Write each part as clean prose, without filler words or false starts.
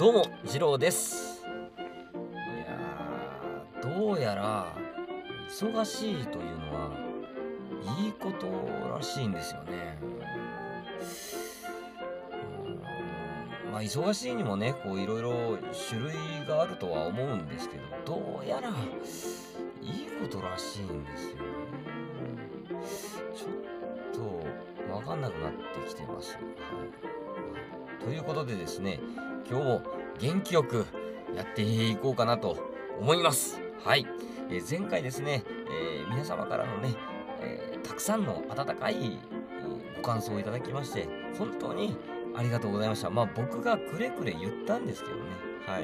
どうも次郎です。どうやら忙しいというのはいいことらしいんですよね。忙しいにもね、いろいろ種類があるとは思うんですけど、どうやらいいことらしいんですよね。ちょっとわかんなくなってきてます。ということでですね、今日も元気よくやっていこうかなと思います。はい。前回ですね、皆様からのね、たくさんの温かい、ご感想をいただきまして、本当にありがとうございました。僕がくれくれ言ったんですけどね。はい。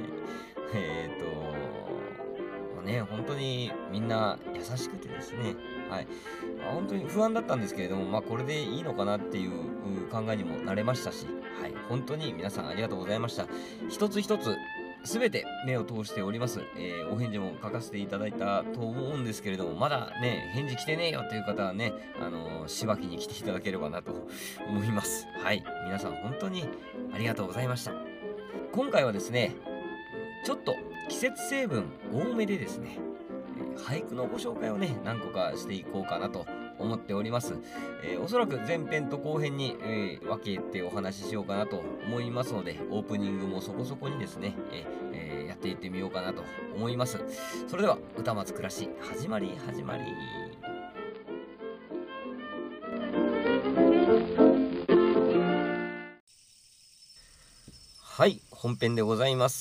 本当にみんな優しくてですね。はい。本当に不安だったんですけれども、これでいいのかなっていう考えにもなれましたし、はい。本当に皆さんありがとうございました。一つ一つすべて目を通しております。お返事も書かせていただいたと思うんですけれども、まだね、返事来てねえよという方はね、しばきに来ていただければなと思います。はい。皆さん本当にありがとうございました。今回はですね、ちょっと季節成分多めでですね、俳句のご紹介をね、何個かしていこうかなと思っております。おそらく前編と後編に、分けてお話ししようかなと思いますので、オープニングもそこそこにですね、やっていってみようかなと思います。それでは、歌松暮らし、始まり。はい、本編でございます。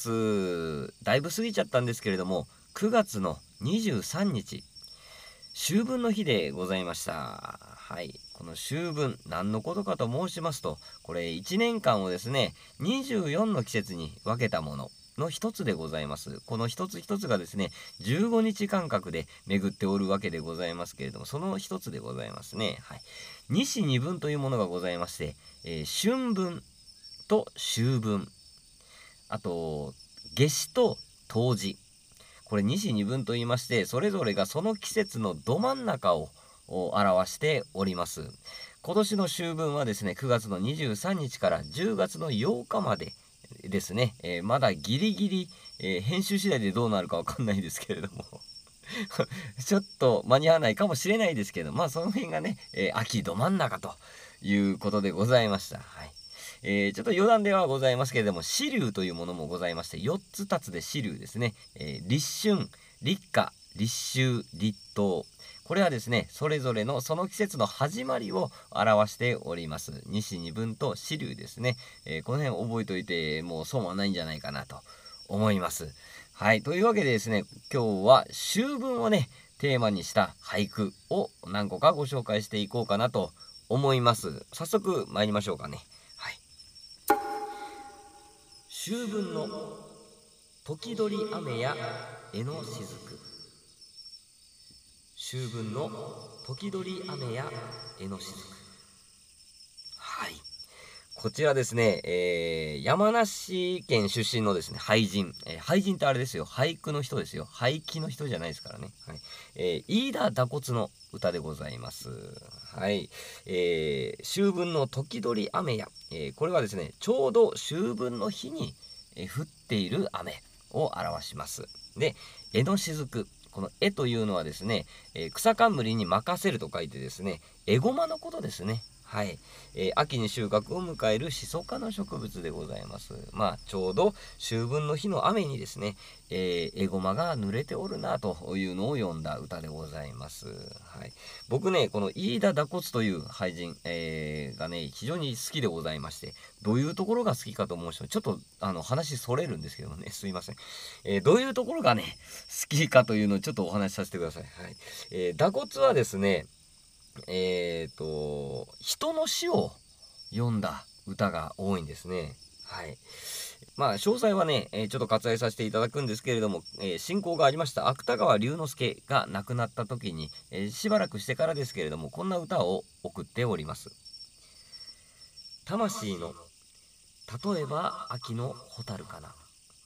だいぶ過ぎちゃったんですけれども、9月の23日、秋分の日でございました。はい。この秋分、何のことかと申しますと、これ1年間をですね、24の季節に分けたものの一つでございます。この一つ一つがですね、15日間隔で巡っておるわけでございますけれども、その一つでございますね。はい。二子二分というものがございまして、春分と秋分、あと、夏至と冬至。これ二子二分と言いまして、それぞれがその季節のど真ん中を表しております。今年の秋分はですね、9月の23日から10月の8日までですね、まだギリギリ、編集次第でどうなるかわかんないですけれどもちょっと間に合わないかもしれないですけど、その辺がね、秋ど真ん中ということでございました。はい。ちょっと余談ではございますけれども、支流というものもございまして、4つ立つで支流ですね。立春、立夏、立秋、立冬。これはですね、それぞれのその季節の始まりを表しております。二子二分と支流ですね。この辺覚えておいてもう損はないんじゃないかなと思います。はい。というわけでですね、今日は秋分をね、テーマにした俳句を何個かご紹介していこうかなと思います。早速参りましょうかね。はい。秋分の時取雨や江の雫。秋分の時取雨や江の雫。はい。こちらですね、山梨県出身のですね、俳人。俳人ってあれですよ。俳句の人ですよ。俳気の人じゃないですからね。はい。飯田打骨の歌でございます。はい。秋分の時取雨や、これはですね、ちょうど秋分の日に、降っている雨を表します。で、江の雫。この絵というのはですね、草冠に任せると書いてですね、エゴマのことですね。はい。秋に収穫を迎えるシソ科の植物でございます。ちょうど秋分の日の雨にですね、エゴマが濡れておるなというのを読んだ歌でございます。はい。僕ね、この飯田打骨という俳人、がね、非常に好きでございまして、どういうところが好きかと申しますと、ちょっと話それるんですけどもね、すいません。どういうところがね、好きかというのをちょっとお話しさせてください。はい。打骨はですね、人の死を読んだ歌が多いんですね。はい。詳細はね、ちょっと割愛させていただくんですけれども、親交がありました芥川龍之介が亡くなった時に、しばらくしてからですけれども、こんな歌を送っております。魂の、例えば秋の蛍かな。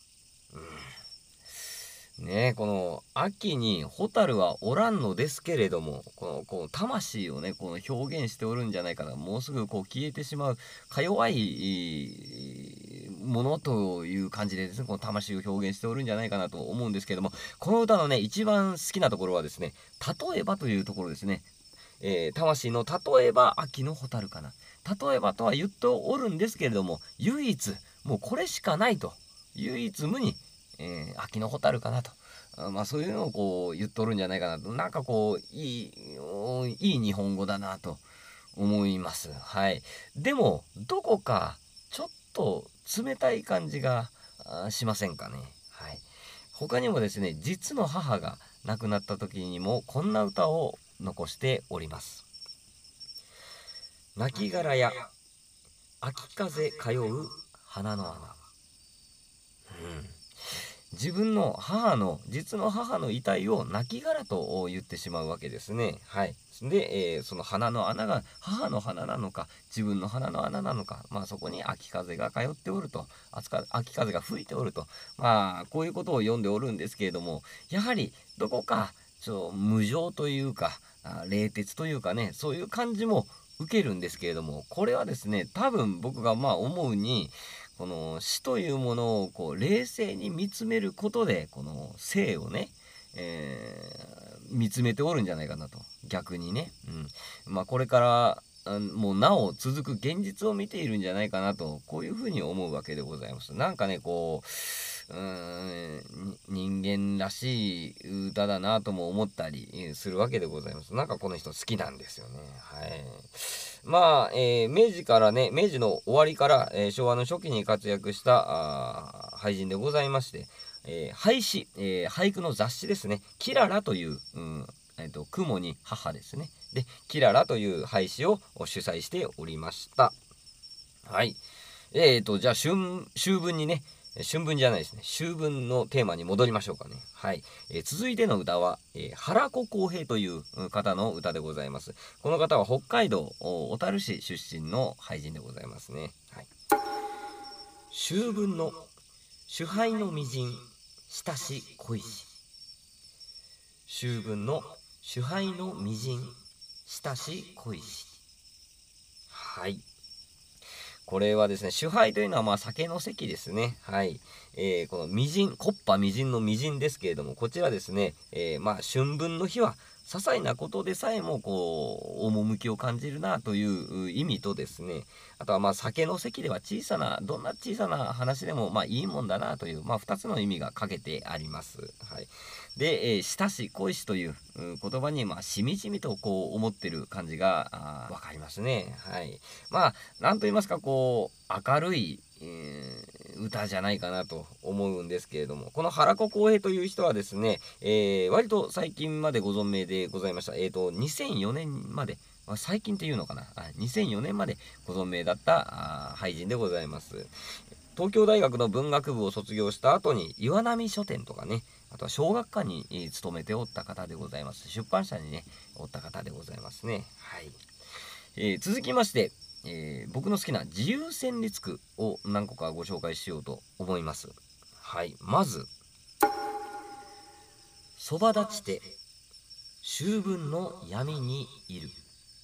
この秋に蛍はおらんのですけれども、この魂をね、この表現しておるんじゃないかな。もうすぐ消えてしまうか弱いものという感じでですね、この魂を表現しておるんじゃないかなと思うんですけども、この歌のね、一番好きなところはですね、例えばというところですね。魂の例えば秋の蛍かな。例えばとは言っておるんですけれども、唯一、もうこれしかないと。唯一無二、秋の蛍かなと。そういうのをこう言っとるんじゃないかなと。なんかこう、いい日本語だなと思います。はい。でも、どこかちょっと冷たい感じがしませんかね。はい。他にもですね、実の母が亡くなった時にもこんな歌を残しております。亡骸や秋風通う花の穴。自分の実の母の遺体を亡骸と言ってしまうわけですね。はい。で、その花の穴が母の花なのか、自分の花の穴なのか、そこに秋風が通っておると、秋風が吹いておると、こういうことを読んでおるんですけれども、やはりどこか、無情というか、冷徹というかね、そういう感じも受けるんですけれども、これはですね、多分僕が思うに、この死というものをこう冷静に見つめることで、この生をね、見つめておるんじゃないかなと。逆にね。これからもうなお続く現実を見ているんじゃないかなと、こういうふうに思うわけでございます。なんかね、こう、人間らしい歌だなとも思ったりするわけでございます。なんかこの人好きなんですよね。はい。明治からね、明治の終わりから、昭和の初期に活躍した俳人でございまして、俳詩、俳句の雑誌ですね、キララという、雲に母ですね。で、キララという俳詩を主催しておりました。はい。じゃあ秋分にね、春分じゃないですね。秋分のテーマに戻りましょうかね。はい。続いての歌は、原子浩平という方の歌でございます。この方は北海道小樽市出身の俳人でございますね。はい。秋分の主杯のみじん、親し恋し。秋分の主杯のみじん、親し恋し。はい。これはですね、酒杯というのは酒の席ですね。はい。このみじん、木っ端みじんのみじんですけれども、こちらですね、春分の日は、些細なことでさえもこう趣を感じるなという意味とですね、あとは酒の席ではどんな小さな話でもいいもんだなという2つの意味がかけてあります。はい。で、親し恋しという言葉にしみじみとこう思ってる感じがわかりますね。はい。なんと言いますかこう明るい、歌じゃないかなと思うんですけれども、この原子浩平という人はですね、割と最近までご存命でございました。2004年まで、最近っていうのかな、2004年までご存命だった俳人でございます。東京大学の文学部を卒業した後に岩波書店とかね、あとは小学館に勤めておった方でございます。出版社にね、おった方でございますね。はい。続きまして、僕の好きな自由旋律句を何個かご紹介しようと思います。はい。まず、そば立ちて秋分の闇にいる。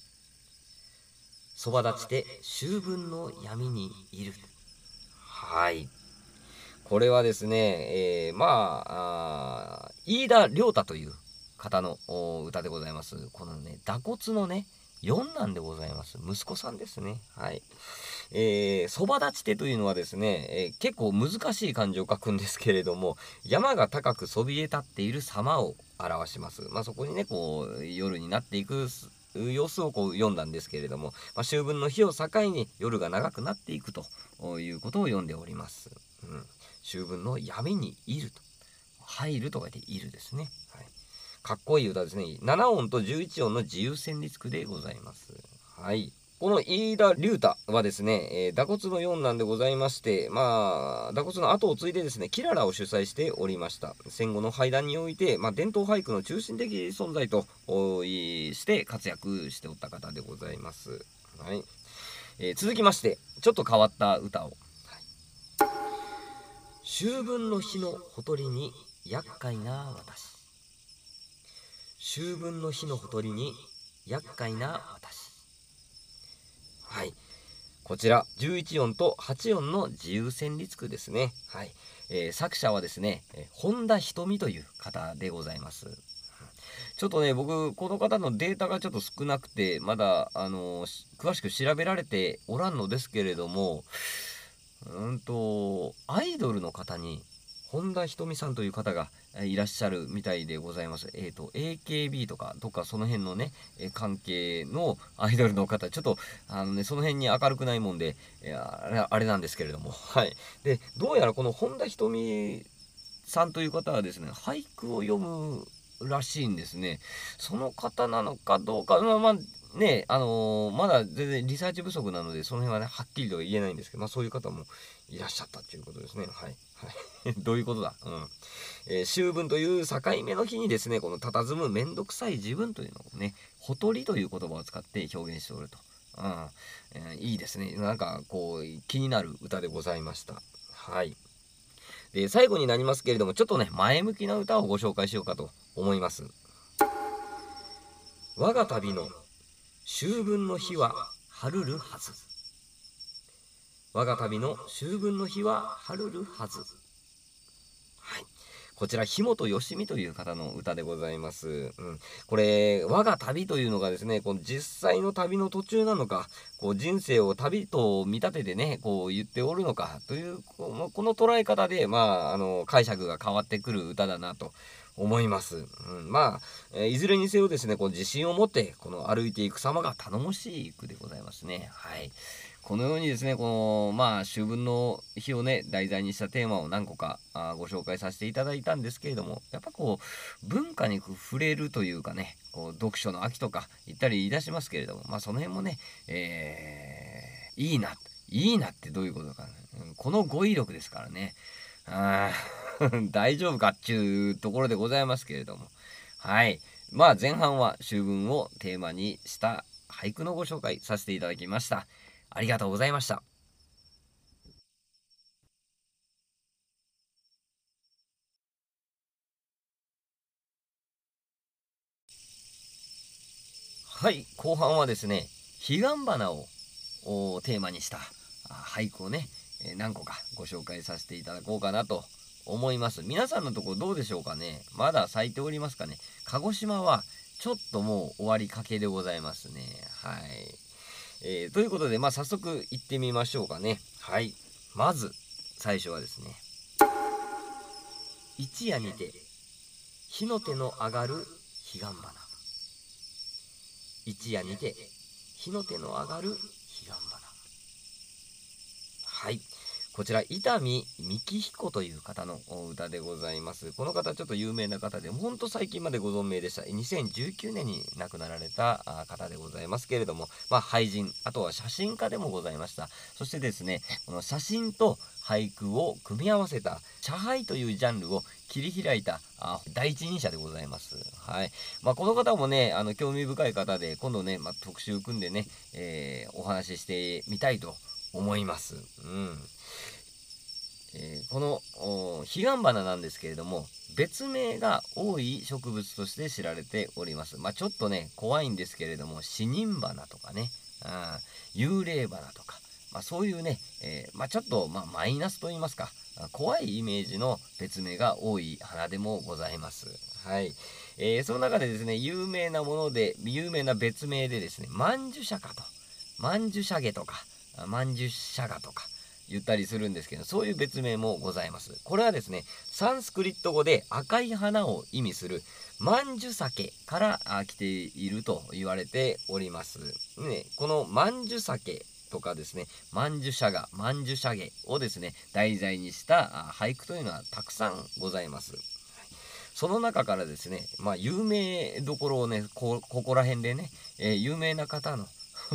そば立ちて秋分の闇にいる。はい。これはですね、飯田良太という方の歌でございます。このね、打骨のね、四男でございます。息子さんですね。はい。そば立ちてというのはですね、結構難しい漢字を書くんですけれども、山が高くそびえ立っている様を表します。そこにね、こう、夜になっていく様子をこう読んだんですけれども、秋分の日を境に夜が長くなっていくということを読んでおります。秋分の闇にいると。入ると書いているですね。はい。かっこいい歌ですね。7音と11音の自由旋律句でございます。はい。この飯田龍太はですね、打骨の四男でございまして、打骨の後を継いでですね、キララを主催しておりました。戦後の俳壇において、伝統俳句の中心的存在として活躍しておった方でございます。はい。続きまして、ちょっと変わった歌を。秋分の日のほとりに厄介な私。秋分の日のほとりに厄介な私。はい。 こちら11音と8音の自由旋律句ですね。はい。作者はですね、本田瞳という方でございます。ちょっとね、僕、この方のデータがちょっと少なくて、まだ、詳しく調べられておらんのですけれども、アイドルの方に、本田仁美さんという方がいらっしゃるみたいでございます。AKB とか、どっかその辺のね、関係のアイドルの方、ちょっと、その辺に明るくないもんで、あれなんですけれども、はい。で、どうやらこの本田仁美さんという方はですね、俳句を読むらしいんですね。その方なのかどうか、ね、まだ全然リサーチ不足なので、その辺はね、はっきりとは言えないんですけど、そういう方もいらっしゃったということですね。はい。はい。どういうことだ。うん。秋分という境目の日にですね、この佇むめんどくさい自分というのをね、ほとりという言葉を使って表現しておると。うん。いいですね。なんか、こう、気になる歌でございました。はい。で、最後になりますけれども、ちょっとね、前向きな歌をご紹介しようかと思います。我が旅の秋分の日は春るはず。我が旅の秋分の日は春るはず。はい。こちら、日本義美という方の歌でございます。これ、我が旅というのがですね、この実際の旅の途中なのか、こう人生を旅と見立ててね、こう言っておるのかという、この捉え方で、解釈が変わってくる歌だなと思います。いずれにせよですね、こう自信を持って、この歩いていく様が頼もしい句でございますね。はい。このようにですね、秋分の日をね、題材にしたテーマを何個かご紹介させていただいたんですけれども、やっぱこう、文化に触れるというかね、こう、読書の秋とか言ったり言い出しますけれども、その辺もね、いいな、いいなってどういうことか、ね、この語彙力ですからね、大丈夫かっていうところでございますけれども、はい。前半は秋分をテーマにした俳句のご紹介させていただきました。ありがとうございました。はい、後半はですね、彼岸花をテーマにした俳句をね、何個かご紹介させていただこうかなと思います。皆さんのところどうでしょうかね。まだ咲いておりますかね。鹿児島はちょっともう終わりかけでございますね。はい。ということで、早速行ってみましょうかね。はい。まず、最初はですね、一夜にて火の手の上がる彼岸花。一夜にて火の手の上がる彼岸花。はい。こちら、伊丹幹彦という方のお歌でございます。この方、ちょっと有名な方で、ほんと最近までご存命でした。2019年に亡くなられた方でございますけれども、俳人、あとは写真家でもございました。そしてですね、この写真と俳句を組み合わせた、茶俳というジャンルを切り開いた第一人者でございます。はい。この方もね、興味深い方で、今度ね、特集組んでね、お話ししてみたいと思います。この彼岸花なんですけれども、別名が多い植物として知られております。ちょっとね、怖いんですけれども、死人花とかね、幽霊花とか、そういうね、ちょっと、マイナスと言いますか、怖いイメージの別名が多い花でもございます。はい。その中でですね、有名なもので、有名な別名でですね、曼珠沙華と、曼珠沙華とか、曼珠沙華とか、言ったりするんですけど、そういう別名もございます。これはですね、サンスクリット語で赤い花を意味する曼珠沙華から来ていると言われております。ね、この曼珠沙華とかですね、曼珠沙華、曼珠沙華をですね、題材にした俳句というのはたくさんございます。その中からですね、有名どころをね、ここら辺でね、有名な方の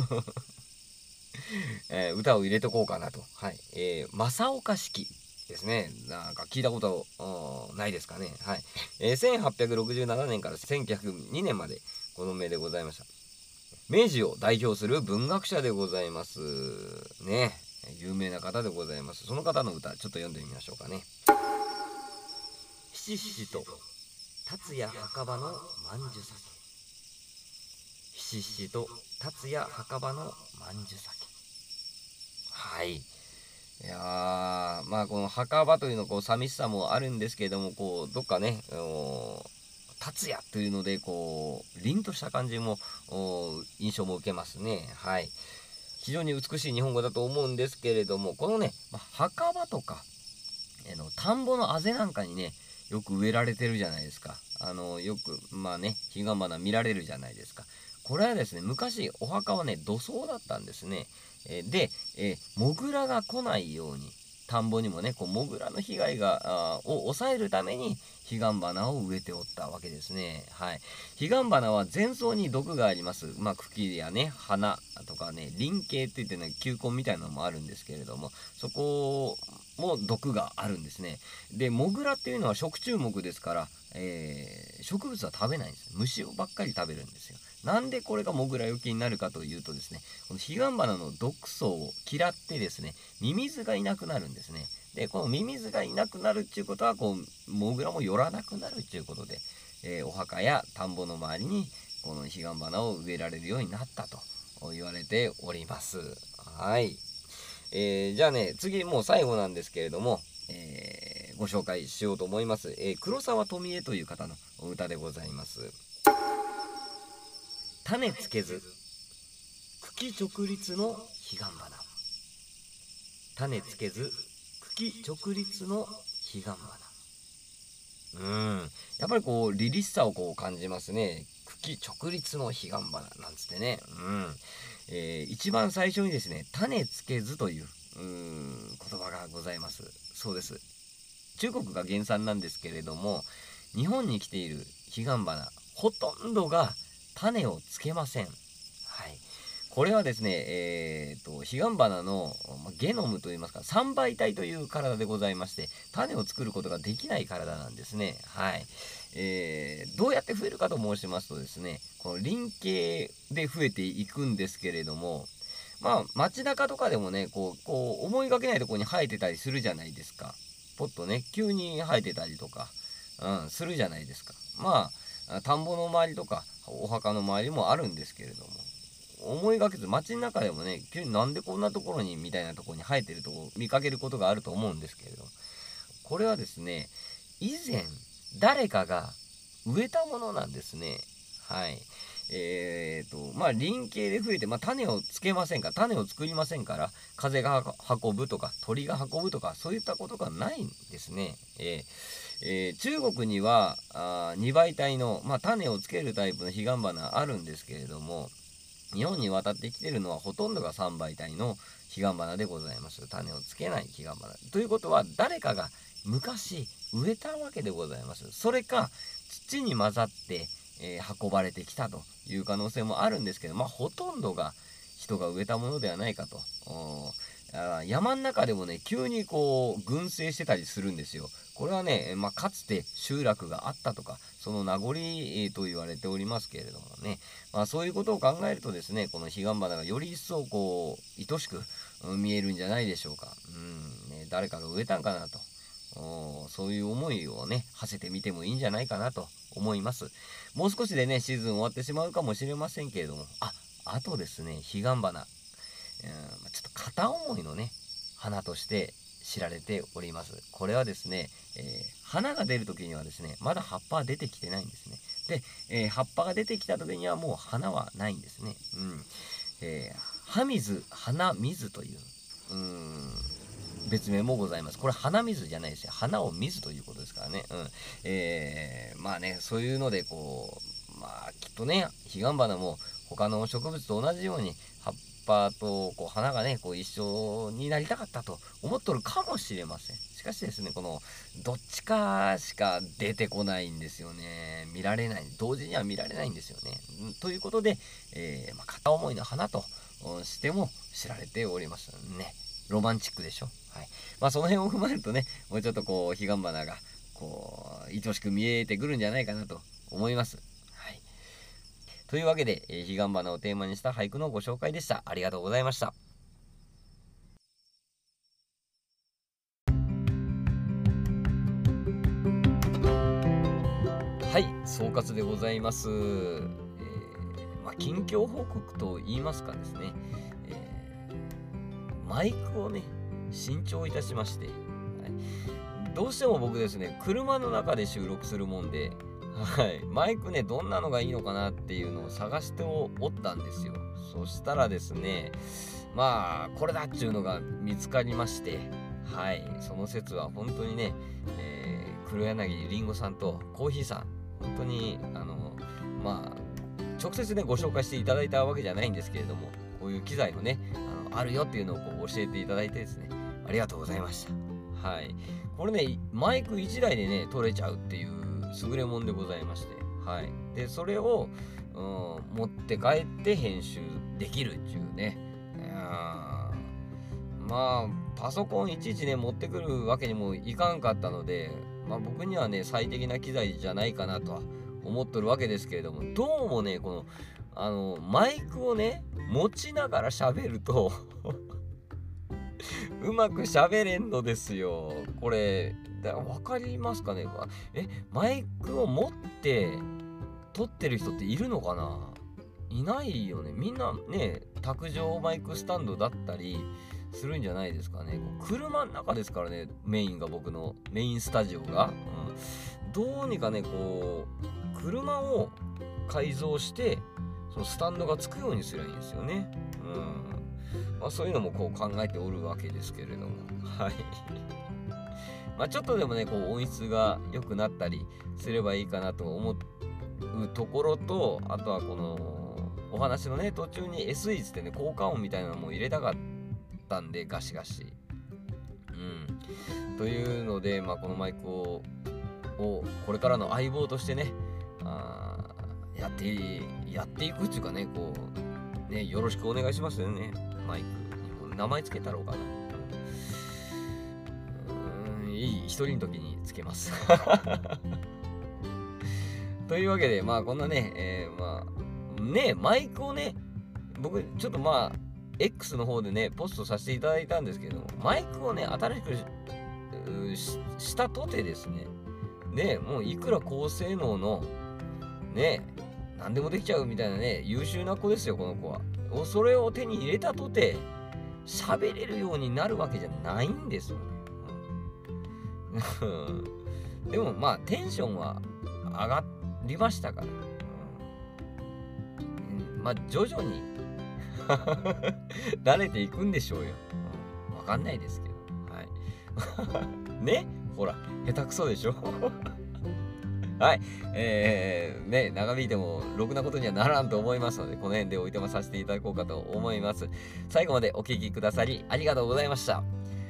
歌を入れとこうかなと。はい。正岡子規ですね。なんか聞いたことないですかね。はい。1867年から1902年までこの名でございました。明治を代表する文学者でございます。ね。有名な方でございます。その方の歌、ちょっと読んでみましょうかね。ひしひしと立つや墓場のまんじゅ酒。ひしひしと立つや墓場のまんじゅ酒。 はい。いやまあこの墓場というのこう寂しさもあるんですけれども、こうどっかね、達也というのでこう凛とした感じも印象も受けますね。はい。非常に美しい日本語だと思うんですけれども、このね、墓場とか田んぼのあぜなんかにね、よく植えられてるじゃないですか。よくまあね、彼岸花見られるじゃないですか。これはですね、昔お墓はね、土葬だったんですね。で、モグラが来ないように、田んぼにもね、こうモグラの被害を抑えるために彼岸花を植えておったわけですね。はい。彼岸花は前奏に毒があります。茎やね、花とかね、輪茎って言ってね、球根みたいなのもあるんですけれども、そこも毒があるんですね。で、モグラっていうのは食虫目ですから、植物は食べないんです。虫をばっかり食べるんですよ。なんでこれがモグラよけになるかというとですね、この彼岸花の毒素を嫌ってですね、ミミズがいなくなるんですね。で、このミミズがいなくなるっていうことは、こう、モグラも寄らなくなるっていうことで、お墓や田んぼの周りに、この彼岸花を植えられるようになったと言われております。はい。じゃあね、次もう最後なんですけれども、ご紹介しようと思います。黒沢富江という方のお歌でございます。種つけず、茎直立の彼岸花。種つけず、茎直立の彼岸花。やっぱりこう、凛々しさをこう感じますね。茎直立の彼岸花なんつってね。一番最初にですね、種つけずという、言葉がございます。そうです。中国が原産なんですけれども、日本に来ている彼岸花、ほとんどが種をつけません。はい。これはですね、彼岸花のゲノムといいますか、三倍体という体でございまして、種を作ることができない体なんですね。はい。どうやって増えるかと申しますとですね、この輪茎で増えていくんですけれども、街中とかでもね、こう思いがけないところに生えてたりするじゃないですか。ポッとね、急に生えてたりとか、するじゃないですか。田んぼの周りとか、お墓の周りもあるんですけれども、思いがけず街の中でもね、急になんでこんなところにみたいなところに生えてるとこ見かけることがあると思うんですけれど、これはですね、以前誰かが植えたものなんですね。はい。輪茎で増えて、種をつけませんから、種を作りませんから、風が運ぶとか、鳥が運ぶとか、そういったことがないんですね。中国には2倍体の、種をつけるタイプの彼岸花あるんですけれども、日本に渡ってきてるのはほとんどが3倍体の彼岸花でございます。種をつけない彼岸花。ということは、誰かが昔植えたわけでございます。それか、土に混ざって、運ばれてきたという可能性もあるんですけど、ほとんどが人が植えたものではないかと。山の中でもね、急にこう、群生してたりするんですよ。これはね、かつて集落があったとか、その名残、と言われておりますけれどもね。そういうことを考えるとですね、この彼岸花がより一層こう、愛しく、見えるんじゃないでしょうか。誰かが植えたんかなと。そういう思いをね、馳せてみてもいいんじゃないかなと思います。もう少しでね、シーズン終わってしまうかもしれませんけれども、あとですね、彼岸花。ちょっと片思いのね、花として知られております。これはですね、花が出る時にはですね、まだ葉っぱは出てきてないんですね。で、葉っぱが出てきた時にはもう花はないんですね。葉水、花水という、別名もございます。これ花水じゃないですよ。花を水ということですからね。そういうので、きっとね、彼岸花も他の植物と同じように葉っぱと花がね、一緒になりたかったと思っとるかもしれません。しかしですね、どっちかしか出てこないんですよね。見られない。同時には見られないんですよね。ということで、片思いの花としても知られておりますね。ロマンチックでしょ。はい。その辺を踏まえるとね、もうちょっと彼岸花が、愛しく見えてくるんじゃないかなと思います。はい。というわけで、彼岸花をテーマにした俳句のご紹介でした。ありがとうございました。はい、総括でございます。近況報告と言いますかですね、 マイクをね新調いたしまして、どうしても僕ですね車の中で収録するもんで、マイクねどんなのがいいのかなっていうのを探しておったんですよ。そしたらですねこれだっていうのが見つかりまして、その説は本当にね、黒柳りんごさんとコーヒーさん、本当に直接ねご紹介していただいたわけじゃないんですけれども、こういう機材のねあるよっていうのをこう教えていただいてですね、ありがとうございました。これねマイク1台でね撮れちゃうっていう優れもんでございまして、でそれを、持って帰って編集できるっていうね、パソコンいちいちね持ってくるわけにもいかんかったので、僕にはね最適な機材じゃないかなとは思っとるわけですけれども、どうもねこのマイクをね持ちながら喋るとうまく喋れんのですよ。これわかりますかね。マイクを持って撮ってる人っているのかな。いないよね。みんなね卓上マイクスタンドだったりするんじゃないですかね。車の中ですからね、僕のメインスタジオが、どうにかねこう車を改造してそのスタンドがつくようにすればいいんですよね。そういうのもこう考えておるわけですけれども、ちょっとでもねこう音質が良くなったりすればいいかなと思うところと、あとはこのお話のね途中に SE つってね効果音みたいなのも入れたかったんで、ガシガシというので、このマイクをこれからの相棒としてねやっていくっていうかね、こうねよろしくお願いしますよね。マイクに名前つけたろうかな。一人の時につけますというわけでこんなね、マイクをね僕ちょっとX の方でねポストさせていただいたんですけども、マイクをね新しくしたとてですね、もういくら高性能のね何でもできちゃうみたいなね優秀な子ですよ、この子は。それを手に入れたとて喋れるようになるわけじゃないんですよね。でもテンションは上がりましたから、徐々に慣れていくんでしょうよ。わかんないですけど、ね、ほら下手くそでしょ長引いてもろくなことにはならんと思いますので、この辺でおいとまさせていただこうかと思います。最後までお聞きくださりありがとうございました。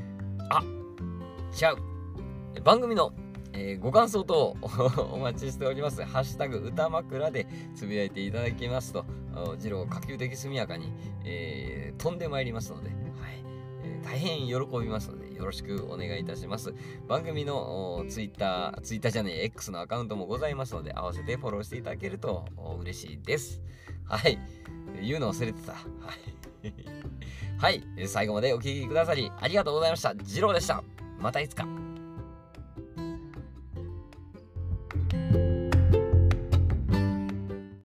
番組の、ご感想等お待ちしております。ハッシュタグ歌枕でつぶやいていただきますと、次郎可及的速やかに、飛んでまいりますので、大変喜びますのでよろしくお願いいたします。番組のツイッターじゃねえ X のアカウントもございますので、合わせてフォローしていただけると嬉しいです。言うの忘れてた。最後までお聞きくださりありがとうございました。次郎でした。またいつか。